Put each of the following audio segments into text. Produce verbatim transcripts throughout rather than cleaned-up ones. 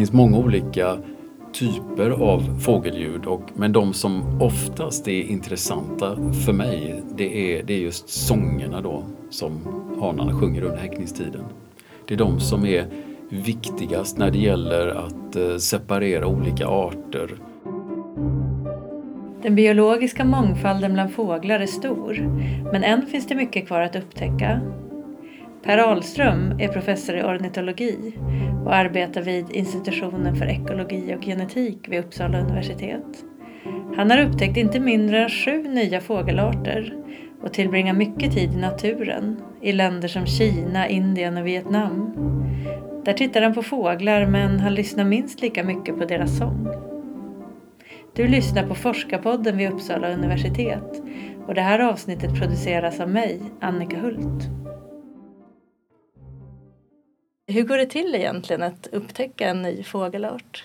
finns många olika typer av fågelljud, och, men de som oftast är intressanta för mig, det är, det är just sångerna då som hanarna sjunger under häckningstiden. Det är de som är viktigast när det gäller att eh, separera olika arter. Den biologiska mångfalden bland fåglar är stor, men än finns det mycket kvar att upptäcka. Per Ahlström är professor i ornitologi och arbetar vid institutionen för ekologi och genetik vid Uppsala universitet. Han har upptäckt inte mindre än sju nya fågelarter och tillbringar mycket tid i naturen i länder som Kina, Indien och Vietnam. Där tittar han på fåglar, men han lyssnar minst lika mycket på deras sång. Du lyssnar på Forskarpodden vid Uppsala universitet, och det här avsnittet produceras av mig, Annika Hult. Hur går det till egentligen att upptäcka en ny fågelart?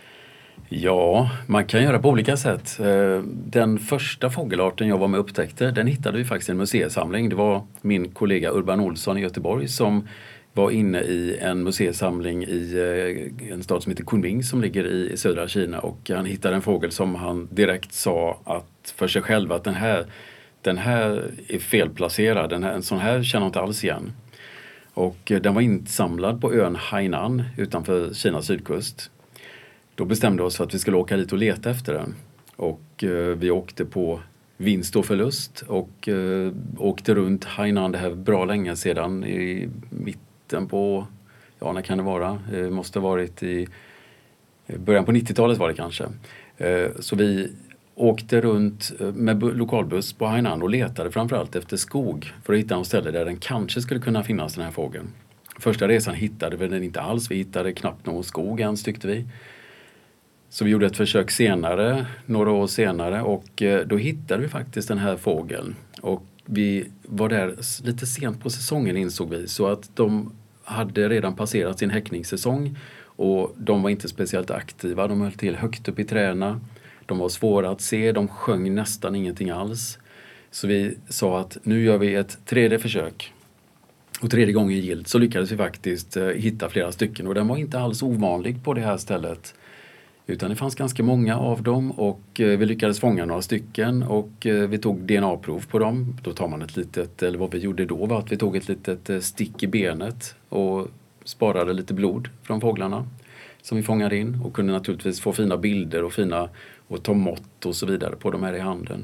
Ja, man kan göra på olika sätt. Den första fågelarten jag var med och upptäckte, den hittade vi faktiskt i en museisamling. Det var min kollega Urban Olsson i Göteborg som var inne i en museisamling i en stad som heter Kunming som ligger i södra Kina, och han hittade en fågel som han direkt sa att för sig själv att den här, den här är felplacerad, den här, en sån här känner jag inte alls igen. Och den var insamlad på ön Hainan utanför Kinas sydkust. Då bestämde vi oss för att vi skulle åka dit och leta efter den. Och eh, vi åkte på vinst och förlust och eh, åkte runt Hainan det här bra länge sedan i mitten på, ja när kan det vara? Det måste ha varit i början på nittiotalet var det kanske. Eh, så vi åkte runt med lokalbuss på Hainan och letade framförallt efter skog för att hitta en ställe där den kanske skulle kunna finnas, den här fågeln. Första resan hittade vi den inte alls, vi hittade knappt någon skog ens tyckte vi. Så vi gjorde ett försök senare, några år senare, och då hittade vi faktiskt den här fågeln. Och vi var där lite sent på säsongen insåg vi, så att de hade redan passerat sin häckningssäsong och de var inte speciellt aktiva, de höll till högt upp i träna. De var svåra att se, de sjöng nästan ingenting alls. Så vi sa att nu gör vi ett tredje försök. Och tredje gången gillt så lyckades vi faktiskt eh, hitta flera stycken. Och den var inte alls ovanlig på det här stället. Utan det fanns ganska många av dem och eh, vi lyckades fånga några stycken. Och eh, vi tog D N A-prov på dem. Då tar man ett litet, eller vad vi gjorde då var att vi tog ett litet eh, stick i benet. Och sparade lite blod från fåglarna. Som vi fångade in och kunde naturligtvis få fina bilder och fina och ta mått och så vidare på de här i handen.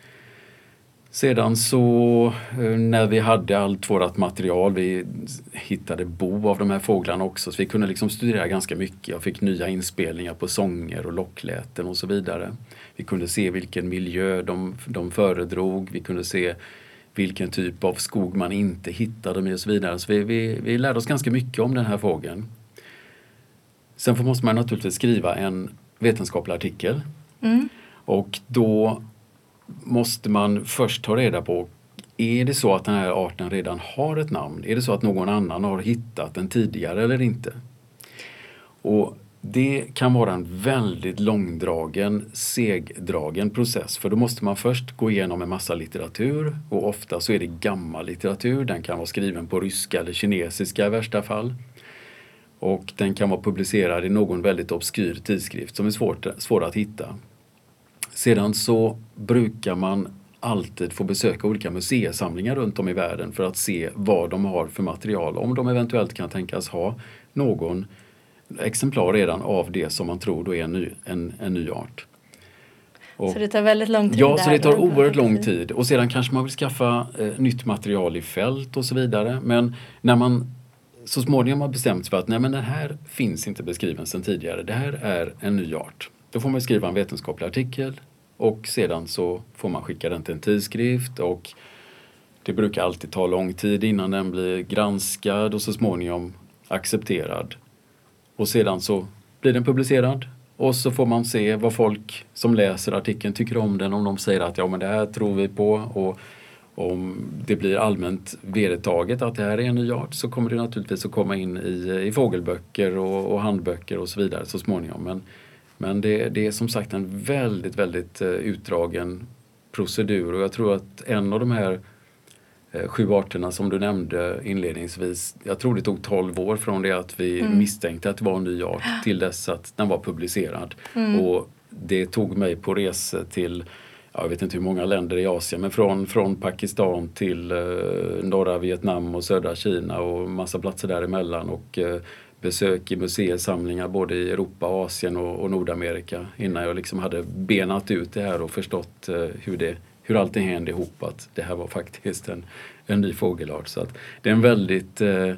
Sedan så när vi hade allt vårt material, vi hittade bo av de här fåglarna också, så vi kunde liksom studera ganska mycket. Jag fick nya inspelningar på sånger och lockläten och så vidare. Vi kunde se vilken miljö de, de föredrog, vi kunde se vilken typ av skog man inte hittade med och så vidare. Så vi, vi, vi lärde oss ganska mycket om den här fågeln. Sen måste man naturligtvis skriva en vetenskaplig artikel. Mm. Och då måste man först ta reda på, är det så att den här arten redan har ett namn? Är det så att någon annan har hittat den tidigare eller inte? Och det kan vara en väldigt långdragen, segdragen process. För då måste man först gå igenom en massa litteratur. Och ofta så är det gammal litteratur. Den kan vara skriven på ryska eller kinesiska i värsta fall. Och den kan vara publicerad i någon väldigt obskyr tidskrift som är svårt, svår att hitta. Sedan så brukar man alltid få besöka olika museisamlingar runt om i världen för att se vad de har för material. Om de eventuellt kan tänkas ha någon exemplar redan av det som man tror då är en ny, en, en ny art. Och, så det tar väldigt lång tid? Ja, så det tar oerhört lång tid. Och sedan kanske man vill skaffa eh, nytt material i fält och så vidare. Men när man så småningom har bestämt sig för att nej, men den här finns inte beskriven sedan tidigare. Det här är en ny art. Då får man skriva en vetenskaplig artikel och sedan så får man skicka den till en tidskrift och det brukar alltid ta lång tid innan den blir granskad och så småningom accepterad. Och sedan så blir den publicerad och så får man se vad folk som läser artikeln tycker om den, om de säger att ja men det här tror vi på, och om det blir allmänt vedertaget att det här är en ny art så kommer det naturligtvis att komma in i, i fågelböcker och, och handböcker och så vidare så småningom. Men, men det, det är som sagt en väldigt, väldigt uh, utdragen procedur och jag tror att en av de här eh, sju arterna som du nämnde inledningsvis. Jag tror det tog tolv år från det att vi Mm. misstänkte att det var en ny art till dess att den var publicerad. Mm. Och det tog mig på resor till, jag vet inte hur många länder i Asien, men från, från Pakistan till eh, norra Vietnam och södra Kina och massa platser däremellan. Och eh, besök i museisamlingar både i Europa, Asien och, och Nordamerika innan jag liksom hade benat ut det här och förstått eh, hur, det, hur allting hängde ihop, att det här var faktiskt en, en ny fågelart. Så att det är en väldigt eh,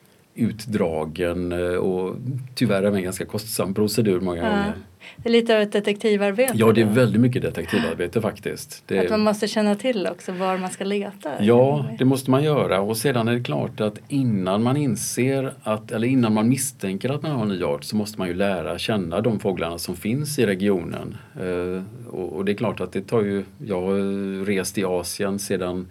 utdragen eh, och tyvärr en ganska kostsam procedur många Ja. gånger. Det är lite av ett detektivarbete. Ja, det är då. väldigt mycket detektivarbete faktiskt. Det Att man måste känna till också var man ska leta. Ja, det måste man göra, och sedan är det klart att innan man inser att, eller innan man misstänker att man har en ny art, så måste man ju lära känna de fåglarna som finns i regionen. Eh, och, och det är klart att det tar ju, jag har rest i Asien sedan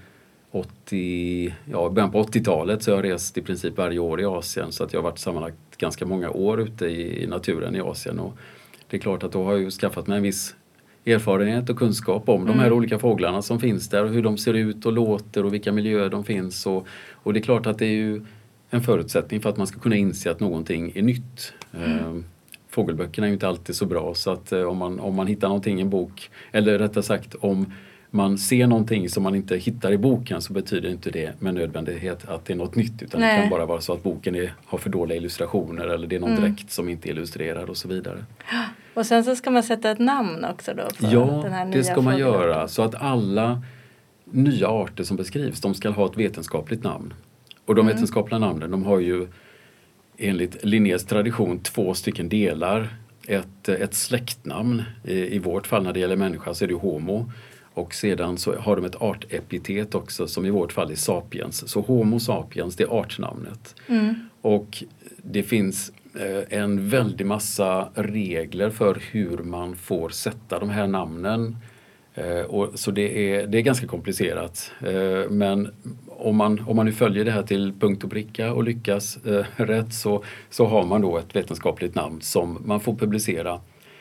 åttio, ja, början på åttiotalet, så jag har rest i princip varje år i Asien, så att jag har varit sammanlagt ganska många år ute i, i naturen i Asien, och det är klart att då har jag ju skaffat mig en viss erfarenhet och kunskap om Mm. de här olika fåglarna som finns där och hur de ser ut och låter och vilka miljöer de finns. Och, och det är klart att det är ju en förutsättning för att man ska kunna inse att någonting är nytt. Mm. Eh, fågelböckerna är ju inte alltid så bra, så att eh, om, man, om man hittar någonting i en bok, eller rättare sagt om man ser någonting som man inte hittar i boken, så betyder inte det med nödvändighet att det är något nytt, utan Nej. det kan bara vara så att boken är, har för dåliga illustrationer eller det är någon Mm. dräkt som inte är illustrerad och så vidare. Och sen så ska man sätta ett namn också då på Ja, den här nya det ska man fågelarten. göra, så att alla nya arter som beskrivs, de ska ha ett vetenskapligt namn. Och de Mm. vetenskapliga namnen, de har ju enligt Linnés tradition två stycken delar. Ett, ett släktnamn, i, i vårt fall när det gäller människa så är det Homo. Och sedan så har de ett artepitet också, som i vårt fall är sapiens. Så Homo sapiens, det är artnamnet. Mm. Och det finns eh, en väldig massa regler för hur man får sätta de här namnen. Eh, och, så det är, det är ganska komplicerat. Eh, men om man, om man nu följer det här till punkt och pricka och lyckas eh, rätt, så, så har man då ett vetenskapligt namn som man får publicera.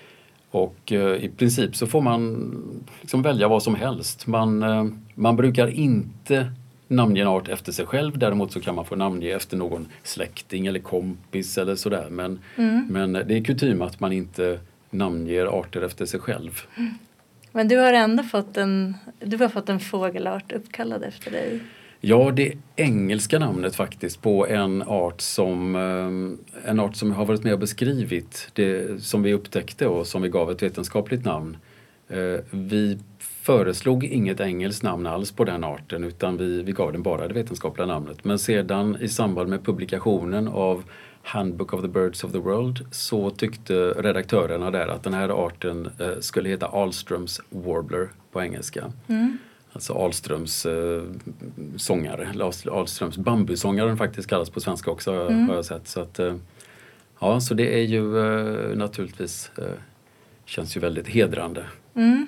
Och eh, i princip så får man liksom välja vad som helst. Man, eh, man brukar inte namnge en art efter sig själv. Däremot så kan man få namnge efter någon släkting eller kompis eller sådär. Men, Mm. men det är kutym att man inte namnger arter efter sig själv. Men du har ändå fått en, du har fått en fågelart uppkallad efter dig. Ja, det engelska namnet faktiskt på en art som, eh, en art som jag har varit med och beskrivit, det, som vi upptäckte och som vi gav ett vetenskapligt namn. Eh, vi föreslog inget engelskt namn alls på den arten, utan vi, vi gav den bara det vetenskapliga namnet. Men sedan i samband med publikationen av Handbook of the Birds of the World så tyckte redaktörerna där att den här arten eh, skulle heta Ahlströms warbler på engelska. Mm. Alltså Ahlströms eh, sångare, eller Ahlströms bambusångaren faktiskt kallas på svenska också, Mm. har jag sett. Så, att, eh, ja, så det är ju eh, naturligtvis, eh, känns ju väldigt hedrande. Mm.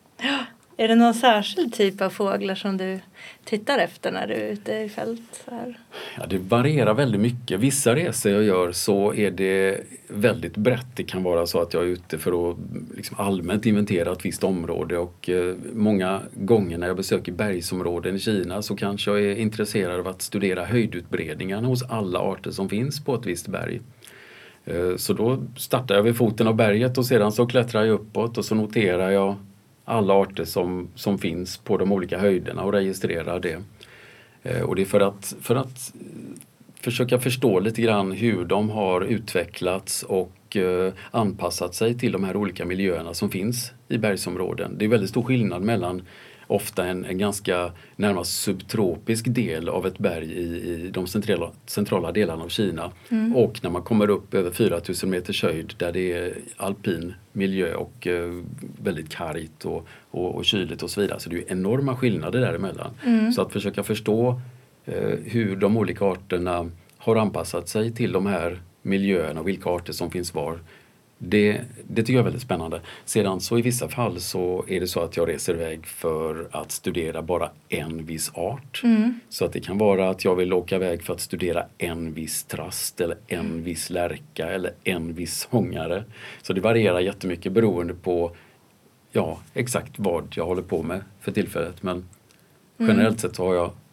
Är det någon särskild typ av fåglar som du tittar efter när du är ute i fält? Så här? Ja, det varierar väldigt mycket. Vissa resor jag gör så är det väldigt brett. Det kan vara så att jag är ute för att liksom allmänt inventera ett visst område, och eh, många gånger när jag besöker bergsområden i Kina så kanske jag är intresserad av att studera höjdutbredningen hos alla arter som finns på ett visst berg. Eh, så då startar jag vid foten av berget och sedan så klättrar jag uppåt och så noterar jag alla arter som, som finns på de olika höjderna och registrerar det. Eh, och det är för att, för att försöka förstå lite grann hur de har utvecklats och eh, anpassat sig till de här olika miljöerna som finns i bergsområden. Det är väldigt stor skillnad mellan ofta en, en ganska närmast subtropisk del av ett berg i, i de centrala, centrala delarna av Kina. Mm. Och när man kommer upp över fyra tusen meters höjd där det är alpin miljö och eh, väldigt kargt och, och, och kyligt och så vidare. Så det är ju enorma skillnader däremellan. Mm. Så att försöka förstå eh, hur de olika arterna har anpassat sig till de här miljöerna och vilka arter som finns var. Det, det tycker jag är väldigt spännande. Sedan så i vissa fall så är det så att jag reser iväg för att studera bara en viss art. Mm. Så att det kan vara att jag vill åka iväg för att studera en viss trast eller en viss lärka eller en viss sångare. Så det varierar jättemycket beroende på ja, exakt vad jag håller på med för tillfället. Men generellt sett så har jag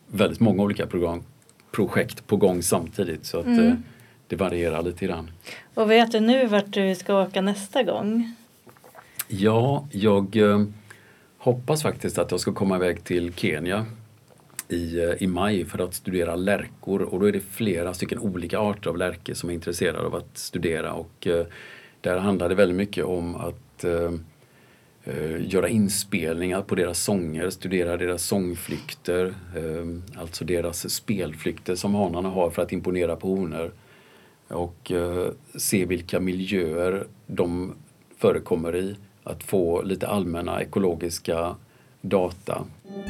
väldigt många olika program, projekt på gång samtidigt så att mm. eh, det varierar lite grann. Och vet du nu vart du ska åka nästa gång? Ja, jag eh, hoppas faktiskt att jag ska komma iväg till Kenya i, i maj för att studera lärkor. Och då är det flera stycken olika arter av lärkor som är intresserade av att studera. Och eh, där handlar det väldigt mycket om att eh, göra inspelningar på deras sånger, studera deras sångflykter, eh, alltså deras spelflykter som hanarna har för att imponera på honor. Och eh, se vilka miljöer de förekommer i. Att få lite allmänna ekologiska data.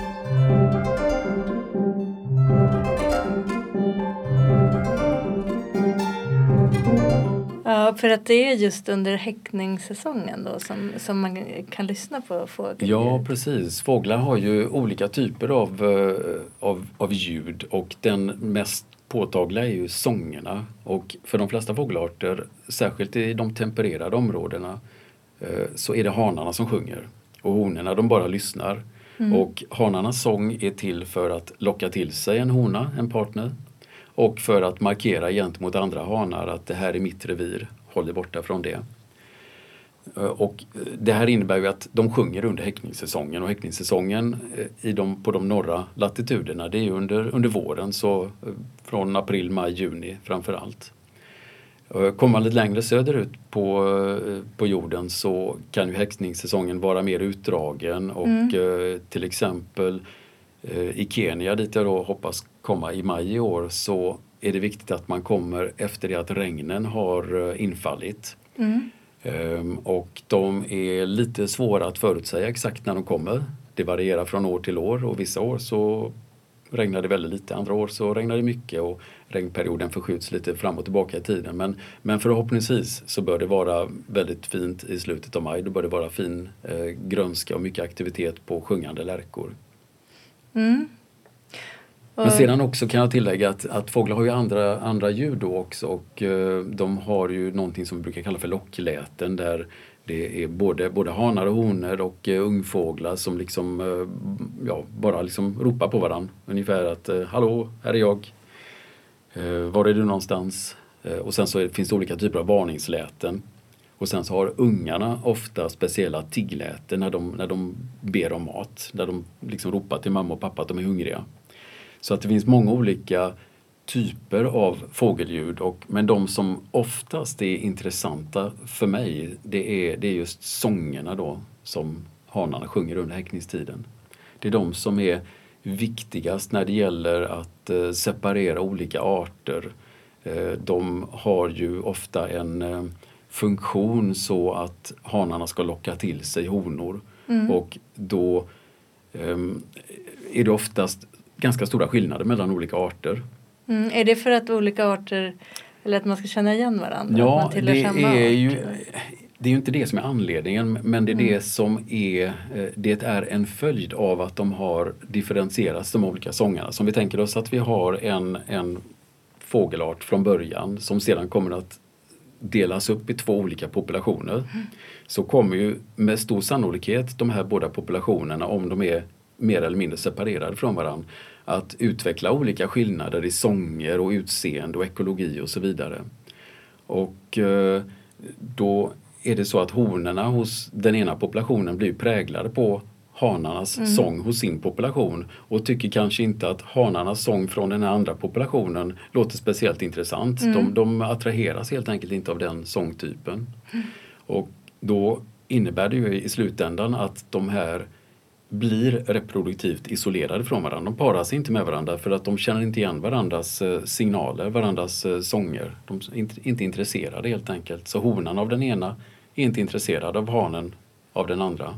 Ja, för att det är just under häckningssäsongen då som, som man kan lyssna på fågelljud. Ja, precis. Fåglar har ju olika typer av, av, av ljud och den mest påtagliga är ju sångerna. Och för de flesta fågelarter, särskilt i de tempererade områdena, så är det hanarna som sjunger. Och honorna de bara lyssnar. Mm. Och hanarnas sång är till för att locka till sig en hona, en partner. Och för att markera gentemot andra hanar att det här är mitt revir, håll dig borta från det. Och det här innebär ju att de sjunger under häckningssäsongen. Och häckningssäsongen i de, på de norra latituderna det är under, under våren, så från april, maj, juni framför allt. Kommer man lite längre söderut på, på jorden så kan ju häckningssäsongen vara mer utdragen. Och mm. till exempel i Kenya, dit jag då hoppas komma i maj i år, så är det viktigt att man kommer efter det att regnen har infallit. Mm. Um, och de är lite svåra att förutsäga exakt när de kommer. Det varierar från år till år och vissa år så regnar det väldigt lite, andra år så regnar det mycket och regnperioden förskjuts lite fram och tillbaka i tiden. Men, men förhoppningsvis så bör det vara väldigt fint i slutet av maj. Då bör det vara fin eh, grönska och mycket aktivitet på sjungande lärkor. Mm. Men sedan också kan jag tillägga att, att fåglar har ju andra, andra ljud då också och eh, de har ju någonting som vi brukar kalla för lockläten där det är både, både hanar och honor och uh, ungfåglar som liksom uh, ja, bara liksom ropar på varandra. Ungefär att uh, hallå, här är jag. Uh, var är du någonstans? Uh, och sen så är, finns det olika typer av varningsläten. Och sen så har ungarna ofta speciella tiggläten när de, när de ber om mat. Där de liksom ropar till mamma och pappa att de är hungriga. Så att det finns många olika typer av fågelljud. Och, men de som oftast är intressanta för mig det är, det är just sångerna då som hanarna sjunger under häckningstiden. Det är de som är viktigast när det gäller att eh, separera olika arter. Eh, de har ju ofta en eh, funktion så att hanarna ska locka till sig honor. Mm. Och då eh, är det oftast ganska stora skillnader mellan olika arter. Mm, är det för att olika arter, eller att man ska känna igen varandra? Ja, att man det samma är art? ju det är ju inte det som är anledningen, men det är mm. det som är det är en följd av att de har differentierats de olika sångarna. Som vi tänker oss att vi har en, en fågelart från början som sedan kommer att delas upp i två olika populationer. Mm. Så kommer ju med stor sannolikhet de här båda populationerna, om de är mer eller mindre separerade från varandra, att utveckla olika skillnader i sånger och utseende och ekologi och så vidare. Och eh, då är det så att honorna hos den ena populationen blir präglade på hanarnas mm. sång hos sin population och tycker kanske inte att hanarnas sång från den andra populationen låter speciellt intressant. Mm. De, de attraheras helt enkelt inte av den sångtypen. Mm. Och då innebär det ju i slutändan att de här blir reproduktivt isolerade från varandra. De parar sig inte med varandra för att de känner inte igen varandras signaler, varandras sånger. De är inte, inte intresserade helt enkelt. Så honan av den ena är inte intresserad av hanen av den andra.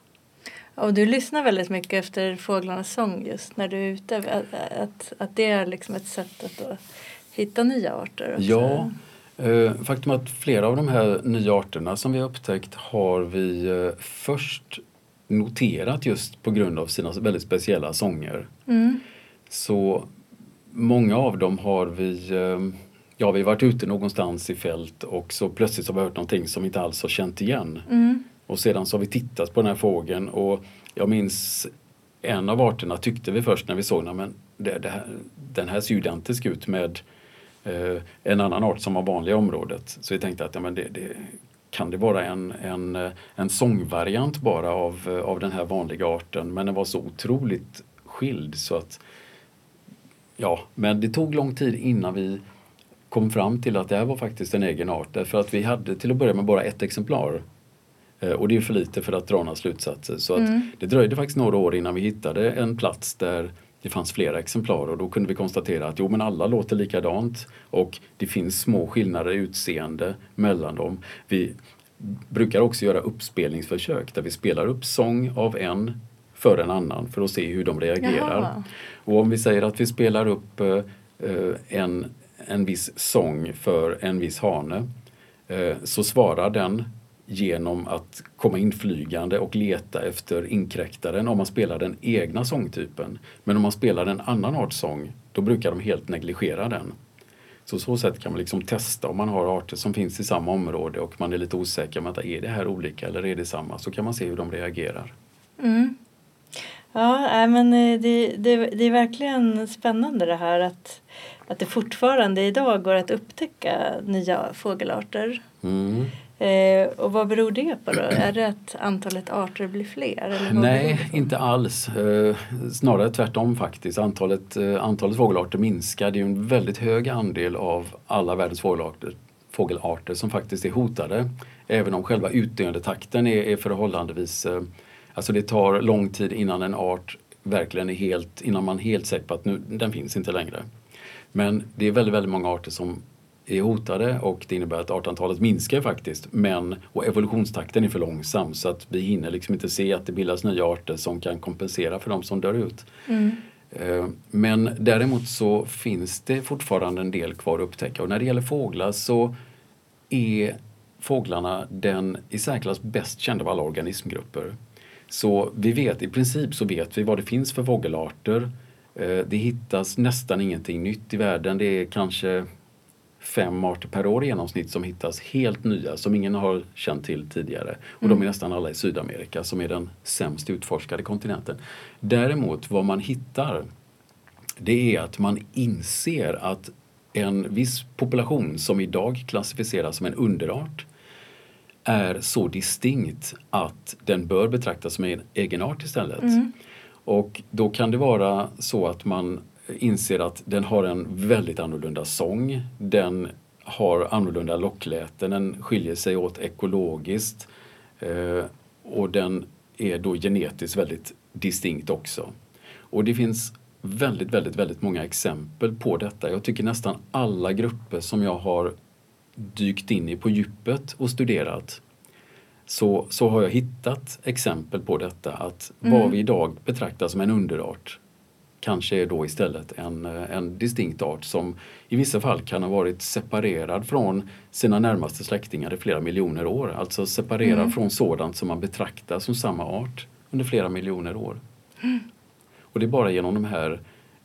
Och du lyssnar väldigt mycket efter fåglarnas sång just när du är ute. Att, att, att det är liksom ett sätt att då hitta nya arter också. Ja, eh, faktum att flera av de här nya arterna som vi har upptäckt har vi eh, först noterat just på grund av sina väldigt speciella sånger. Mm. Så många av dem har vi, ja vi har varit ute någonstans i fält och så plötsligt har vi hört någonting som vi inte alls har känt igen. Mm. Och sedan så har vi tittat på den här fågeln och jag minns en av arterna tyckte vi först när vi såg den, men det, det här, den här ser ju identisk ut med eh, en annan art som var vanlig i området. Så jag tänkte att ja, men det, det, kan det vara en, en, en sångvariant bara av, av den här vanliga arten. Men den var så otroligt skild så att ja, men det tog lång tid innan vi kom fram till att det här var faktiskt en egen art. Därför att vi hade till att börja med bara ett exemplar. Och det är för lite för att dra några slutsatser. Så att Mm. det dröjde faktiskt några år innan vi hittade en plats där det fanns flera exemplar. Och då kunde vi konstatera att jo, men alla låter likadant. Och det finns små skillnader i utseende mellan dem. Vi brukar också göra uppspelningsförsök där vi spelar upp sång av en för en annan för att se hur de reagerar. Jaha. Och om vi säger att vi spelar upp eh, en, en viss sång för en viss hane eh, så svarar den genom att komma inflygande och leta efter inkräktaren om man spelar den egna sångtypen. Men om man spelar en annan arts sång, då brukar de helt negligera den. Så så sätt kan man liksom testa om man har arter som finns i samma område och man är lite osäker om att är det här olika eller är det samma, så kan man se hur de reagerar. Mm. Ja, men det, det, det är verkligen spännande det här att, att det fortfarande idag går att upptäcka nya fågelarter. Mm. Eh, och vad beror det på då? Är det att antalet arter blir fler? Eller vad Nej, inte alls. Eh, snarare tvärtom faktiskt. Antalet, eh, antalet fågelarter minskar. Det är ju en väldigt hög andel av alla världens fågelarter, fågelarter som faktiskt är hotade. Även om själva utdöendetakten är, är förhållandevis... Eh, alltså det tar lång tid innan en art verkligen är helt... Innan man är helt säker på att nu, den finns inte längre. Men det är väldigt, väldigt många arter som är hotade och det innebär att artantalet minskar faktiskt, men och evolutionstakten är för långsam så att vi hinner liksom inte se att det bildas nya arter som kan kompensera för de som dör ut. Mm. Men däremot så finns det fortfarande en del kvar att upptäcka, och när det gäller fåglar så är fåglarna den i särklass bäst kända av alla organismgrupper. Så vi vet, i princip så vet vi vad det finns för fågelarter. Det hittas nästan ingenting nytt i världen, det är kanske fem arter per år i genomsnitt som hittas helt nya, som ingen har känt till tidigare. Och mm. de är nästan alla i Sydamerika, som är den sämst utforskade kontinenten. Däremot vad man hittar, det är att man inser att en viss population som idag klassificeras som en underart är så distinkt att den bör betraktas som en egen art istället. Mm. Och då kan det vara så att man inser att den har en väldigt annorlunda sång, den har annorlunda lockläten, den skiljer sig åt ekologiskt eh, och den är då genetiskt väldigt distinkt också. Och det finns väldigt, väldigt, väldigt många exempel på detta. Jag tycker nästan alla grupper som jag har dykt in i på djupet och studerat, så, så har jag hittat exempel på detta, att mm. vad vi idag betraktar som en underart kanske är då istället en, en distinkt art som i vissa fall kan ha varit separerad från sina närmaste släktingar i flera miljoner år. Alltså separerad mm. från sådant som man betraktar som samma art under flera miljoner år. Mm. Och det är bara genom de här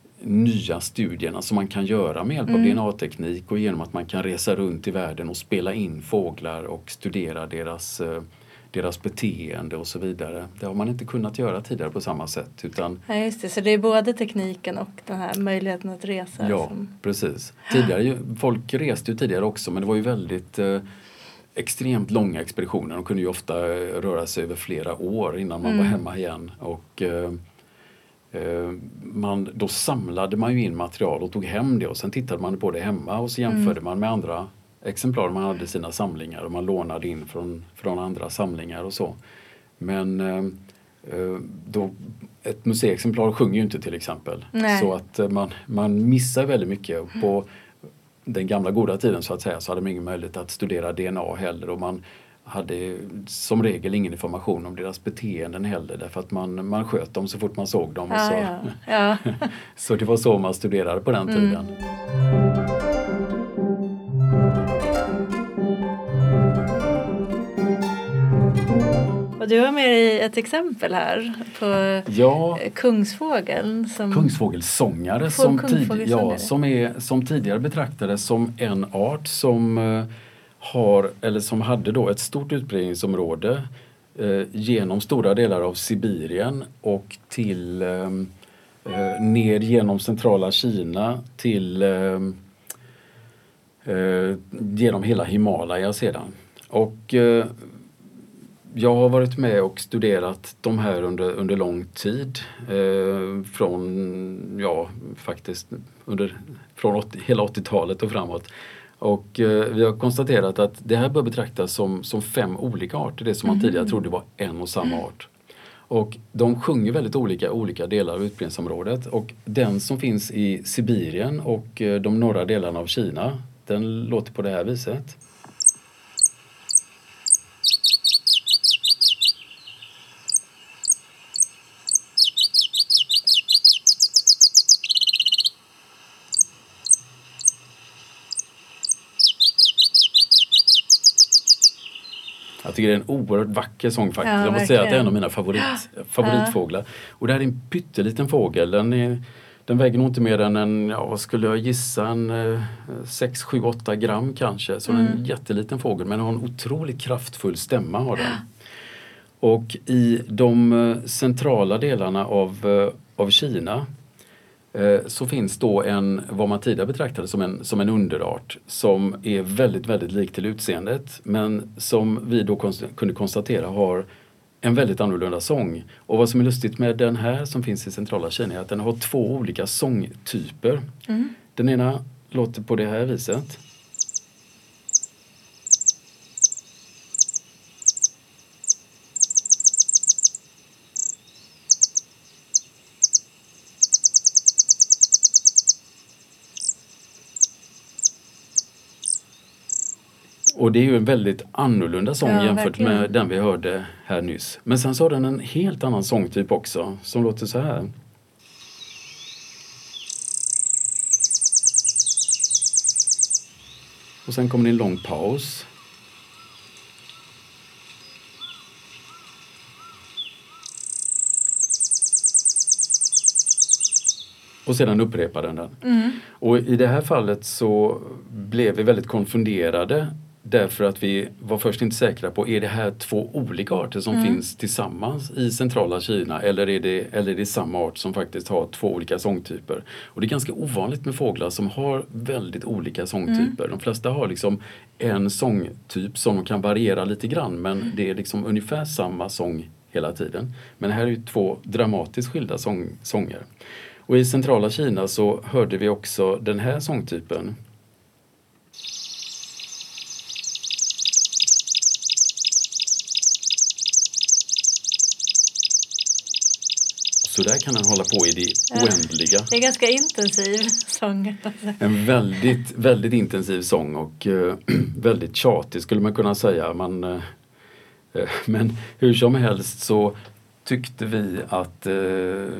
nya studierna som man kan göra med hjälp av mm. D N A-teknik och genom att man kan resa runt i världen och spela in fåglar och studera deras... deras beteende och så vidare. Det har man inte kunnat göra tidigare på samma sätt. Utan, ja, just det. Så det är både tekniken och den här möjligheten att resa. Ja, som... precis. Tidigare, folk reste ju tidigare också, men det var ju väldigt eh, extremt långa expeditioner. De kunde ju ofta röra sig över flera år innan man mm. var hemma igen. Och eh, eh, man, då samlade man ju in material och tog hem det, och sen tittade man på det hemma och så jämförde mm. man med andra exemplar man hade i sina samlingar, och man lånade in från, från andra samlingar och så. Men eh, då, ett museiexemplar sjunger ju inte till exempel. Nej. Så att eh, man, man missar väldigt mycket. På den gamla goda tiden så att säga så hade man ingen möjlighet att studera D N A heller, och man hade som regel ingen information om deras beteenden heller, därför att man, man sköt dem så fort man såg dem. Ja, så. Ja. Ja. Så det var så man studerade på den tiden. Mm. Och du har med dig ett exempel här på ja, kungsfågeln. Som... Kungsfågelsångare som, tid, ja, som, är, som tidigare betraktades som en art som, uh, har, eller som hade då ett stort utbredningsområde uh, genom stora delar av Sibirien och till um, eh, ner genom centrala Kina till eh, eh, genom hela Himalaya sedan. Och eh, jag har varit med och studerat de här under, under lång tid. Eh, från, ja, faktiskt under, från åttio, hela åttiotalet och framåt. Och eh, vi har konstaterat att det här bör betraktas som, som fem olika arter. Det som man tidigare Mm. trodde var en och samma art. Och de sjunger väldigt olika olika delar av utbredningsområdet. Och den som finns i Sibirien och eh, de norra delarna av Kina, den låter på det här viset. Jag tycker det är en oerhört vacker sång faktiskt. Ja, jag måste säga att det är en verkligen. av mina favorit, favoritfåglar. Och det här är en pytteliten fågel. Den, är, den väger nog inte mer än en, ja, vad skulle jag gissa, en eh, sex, sju, åtta gram kanske. Så Mm. den är en jätteliten fågel, men har en otroligt kraftfull stämma har den. Och i de eh, centrala delarna av, eh, av Kina eh, så finns då en, vad man tidigare betraktade som en, som en underart som är väldigt, väldigt lik till utseendet, men som vi då konst- kunde konstatera har en väldigt annorlunda sång. Och vad som är lustigt med den här som finns i centrala Kina är att den har två olika sångtyper. Mm. Den ena låter på det här viset. Och det är ju en väldigt annorlunda sång Ja, jämfört verkligen. med den vi hörde här nyss. Men sen så har den en helt annan sångtyp också som låter så här. Och sen kommer det en lång paus. Och sedan upprepar den den. Mm. Och i det här fallet så blev vi väldigt konfunderade därför att vi var först inte säkra på, är det här två olika arter som Mm. finns tillsammans i centrala Kina eller är, det, eller är det samma art som faktiskt har två olika sångtyper? Och det är ganska ovanligt med fåglar som har väldigt olika sångtyper. Mm. De flesta har liksom en sångtyp som de kan variera lite grann, men det är liksom ungefär samma sång hela tiden. Men här är ju två dramatiskt skilda sång, sånger. Och i centrala Kina så hörde vi också den här sångtypen. Så där kan den hålla på i det Ja. oändliga. Det är ganska intensiv sång. En väldigt, väldigt intensiv sång och eh, väldigt tjatig skulle man kunna säga. Man, eh, eh, men hur som helst så tyckte vi att eh,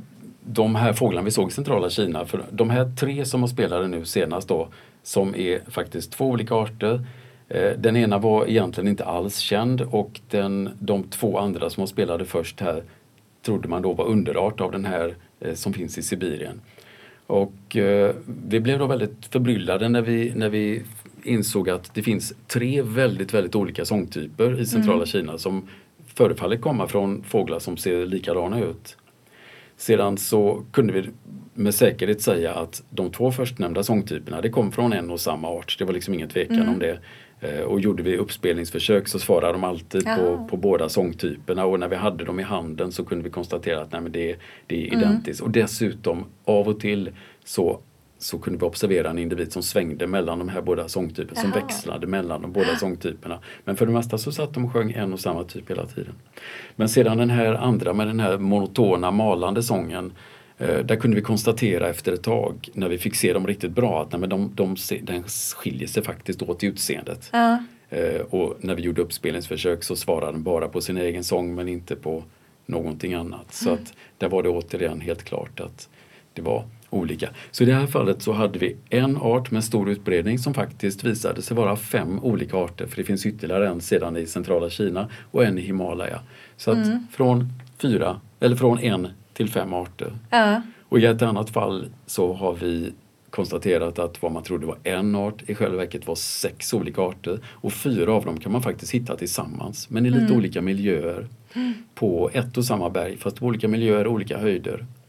de här fåglarna vi såg i centrala Kina, för de här tre som har spelat nu senast då, som är faktiskt två olika arter. Eh, den ena var egentligen inte alls känd och den, de två andra som har spelade först här trodde man då var underart av den här eh, som finns i Sibirien. Och eh, vi blev då väldigt förbryllade när vi, när vi insåg att det finns tre väldigt, väldigt olika sångtyper i centrala Mm. Kina som förefaller komma från fåglar som ser likadana ut. Sedan så kunde vi med säkerhet säga att de två förstnämnda sångtyperna, det kom från en och samma art. Det var liksom ingen tvekan Mm. om det. Eh, och gjorde vi uppspelningsförsök så svarade de alltid på, Jaha. på båda sångtyperna. Och när vi hade dem i handen så kunde vi konstatera att nej, men det, det är Mm. identiskt. Och dessutom av och till så, så kunde vi observera en individ som svängde mellan de här båda sångtyperna. Som Jaha. växlade mellan de båda sångtyperna. Men för det mesta så satt de och sjöng en och samma typ hela tiden. Men sedan den här andra med den här monotona malande sången, eh, där kunde vi konstatera efter ett tag när vi fick se dem riktigt bra att nej, men de, de, se- den skiljer sig faktiskt åt i utseendet. Ja. Eh, och när vi gjorde uppspelningsförsök så svarade den bara på sin egen sång men inte på någonting annat. Så att där var det återigen helt klart att det var olika. Så i det här fallet så hade vi en art med stor utbredning som faktiskt visade sig vara fem olika arter. För det finns ytterligare en sedan i centrala Kina och en i Himalaya. Så att Mm. från fyra, eller från en till fem arter. Ja. Och i ett annat fall så har vi konstaterat att vad man trodde var en art i själva verket var sex olika arter. Och fyra av dem kan man faktiskt hitta tillsammans. Men i lite Mm. olika miljöer på ett och samma berg. Fast på olika miljöer och olika höjder.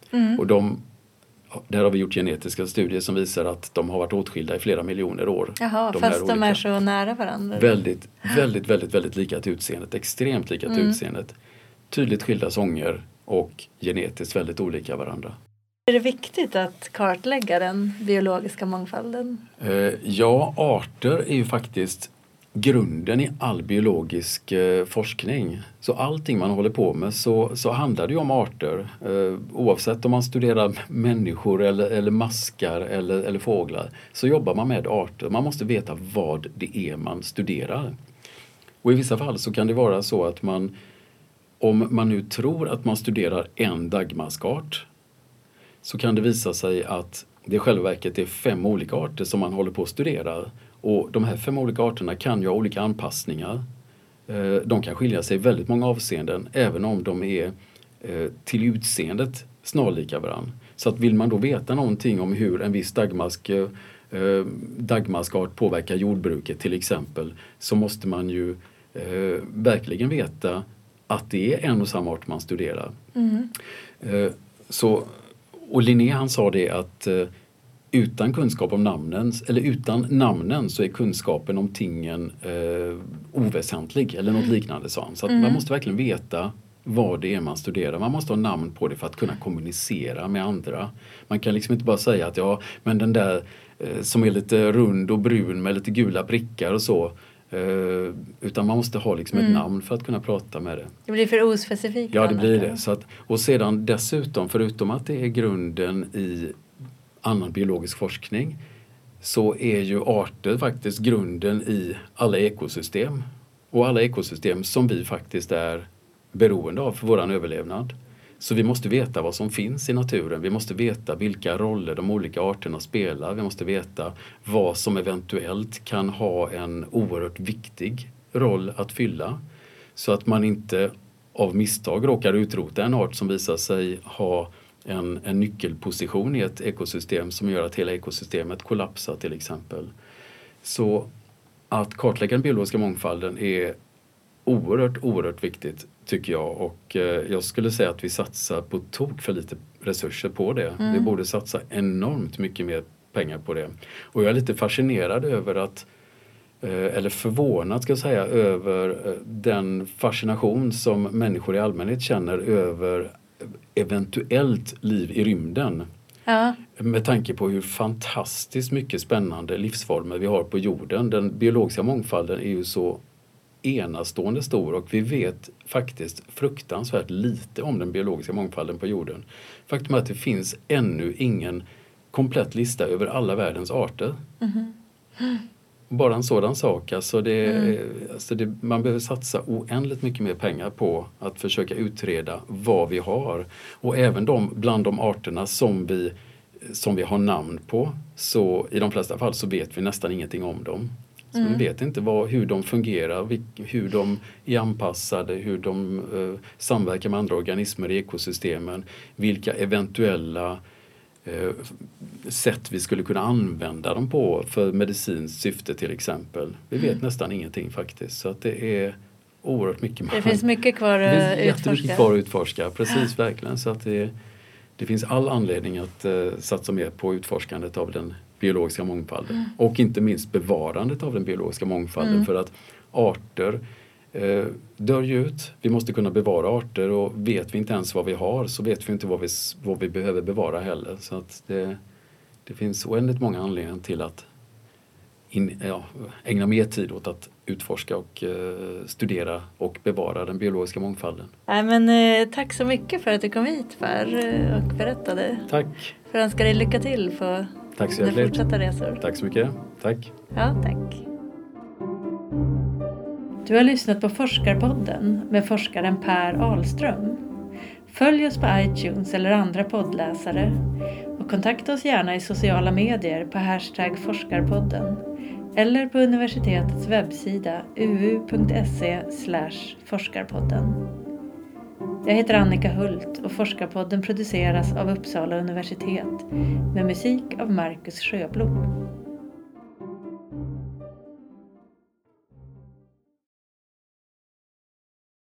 Mm. Och de, där har vi gjort genetiska studier som visar att de har varit åtskilda i flera miljoner år. Jaha, de fast de olika. är så nära varandra. Väldigt, väldigt, väldigt, väldigt lika till utseendet. Extremt lika till Mm. utseendet. Tydligt skilda sånger och genetiskt väldigt olika varandra. Är det viktigt att kartlägga den biologiska mångfalden? Eh, ja, arter är ju faktiskt grunden i all biologisk eh, forskning. Så allting man håller på med så, så handlar det ju om arter. Eh, oavsett om man studerar människor eller, eller maskar eller, eller fåglar så jobbar man med arter. Man måste veta vad det är man studerar. Och i vissa fall så kan det vara så att man, om man nu tror att man studerar en dagmaskart, så kan det visa sig att det i själva verket är fem olika arter som man håller på att studera. Och de här fem olika arterna kan ju ha olika anpassningar. De kan skilja sig i väldigt många avseenden, även om de är till utseendet snarlika varandra. Så att vill man då veta någonting om hur en viss dagmask, dagmaskart påverkar jordbruket till exempel, så måste man ju verkligen veta att det är en och samma art man studerar. Mm. Så, och Linné han sa det att utan kunskap om namnen, eller utan namnen så är kunskapen om tingen eh, oväsentlig eller något liknande, sa han. Så att Mm. man måste verkligen veta vad det är man studerar. Man måste ha namn på det för att kunna kommunicera med andra. Man kan liksom inte bara säga att ja, men den där eh, som är lite rund och brun med lite gula prickar och så. Eh, utan man måste ha liksom Mm. ett namn för att kunna prata med det. Det blir för ospecifikt. Ja, det annars, blir eller? det. Så att, och sedan dessutom, förutom att det är grunden i annan biologisk forskning, så är ju arter faktiskt grunden i alla ekosystem. Och alla ekosystem som vi faktiskt är beroende av för våran överlevnad. Så vi måste veta vad som finns i naturen. Vi måste veta vilka roller de olika arterna spelar. Vi måste veta vad som eventuellt kan ha en oerhört viktig roll att fylla. Så att man inte av misstag råkar utrota en art som visar sig ha En, en nyckelposition i ett ekosystem som gör att hela ekosystemet kollapsar till exempel. Så att kartlägga den biologiska mångfalden är oerhört, oerhört viktigt tycker jag. Och eh, jag skulle säga att vi satsar på tok för lite resurser på det. Mm. Vi borde satsa enormt mycket mer pengar på det. Och jag är lite fascinerad över att eh, eller förvånad ska jag säga över eh, den fascination som människor i allmänhet känner över eventuellt liv i rymden. Ja. Med tanke på hur fantastiskt mycket spännande livsformer vi har på jorden. Den biologiska mångfalden är ju så enastående stor och vi vet faktiskt fruktansvärt lite om den biologiska mångfalden på jorden. Faktum är att det finns ännu ingen komplett lista över alla världens arter. Mm. Bara en sådan sak. Alltså det, Mm. alltså det, man behöver satsa oändligt mycket mer pengar på att försöka utreda vad vi har. Och även de, bland de arterna som vi, som vi har namn på, så i de flesta fall så vet vi nästan ingenting om dem. Så Mm. vi vet inte vad, hur de fungerar, vilk, hur de är anpassade, hur de eh, samverkar med andra organismer i ekosystemen, vilka eventuella eh, sätt vi skulle kunna använda dem på för medicinskt syfte till exempel. Vi vet Mm. nästan ingenting faktiskt, så att det är oerhört mycket. Det finns mycket kvar det finns att jättemycket utforska. kvar att utforska, precis verkligen. Så att det, det finns all anledning att eh, satsa mer på utforskandet av den biologiska mångfalden. Mm. Och inte minst bevarandet av den biologiska mångfalden. Mm. För att arter eh, dör ju ut. Vi måste kunna bevara arter och vet vi inte ens vad vi har så vet vi inte vad vi, vad vi behöver bevara heller. Så att det, det finns oändligt många anledningar till att in, ja, ägna mer tid åt att utforska och eh, studera och bevara den biologiska mångfalden. Nej, men, eh, tack så mycket för att du kom hit Per eh, och berättade. Tack! För önskar dig lycka till på Tack så dina hjärtligt. fortsatta resor. Tack så mycket. Tack. Ja, tack. Du har lyssnat på Forskarpodden med forskaren Per Ahlström. Följ oss på iTunes eller andra poddläsare och kontakta oss gärna i sociala medier på hashtag forskarpodden eller på universitetets webbsida uu.se slash forskarpodden. Jag heter Annika Hult och Forskarpodden produceras av Uppsala universitet med musik av Marcus Sjöblom.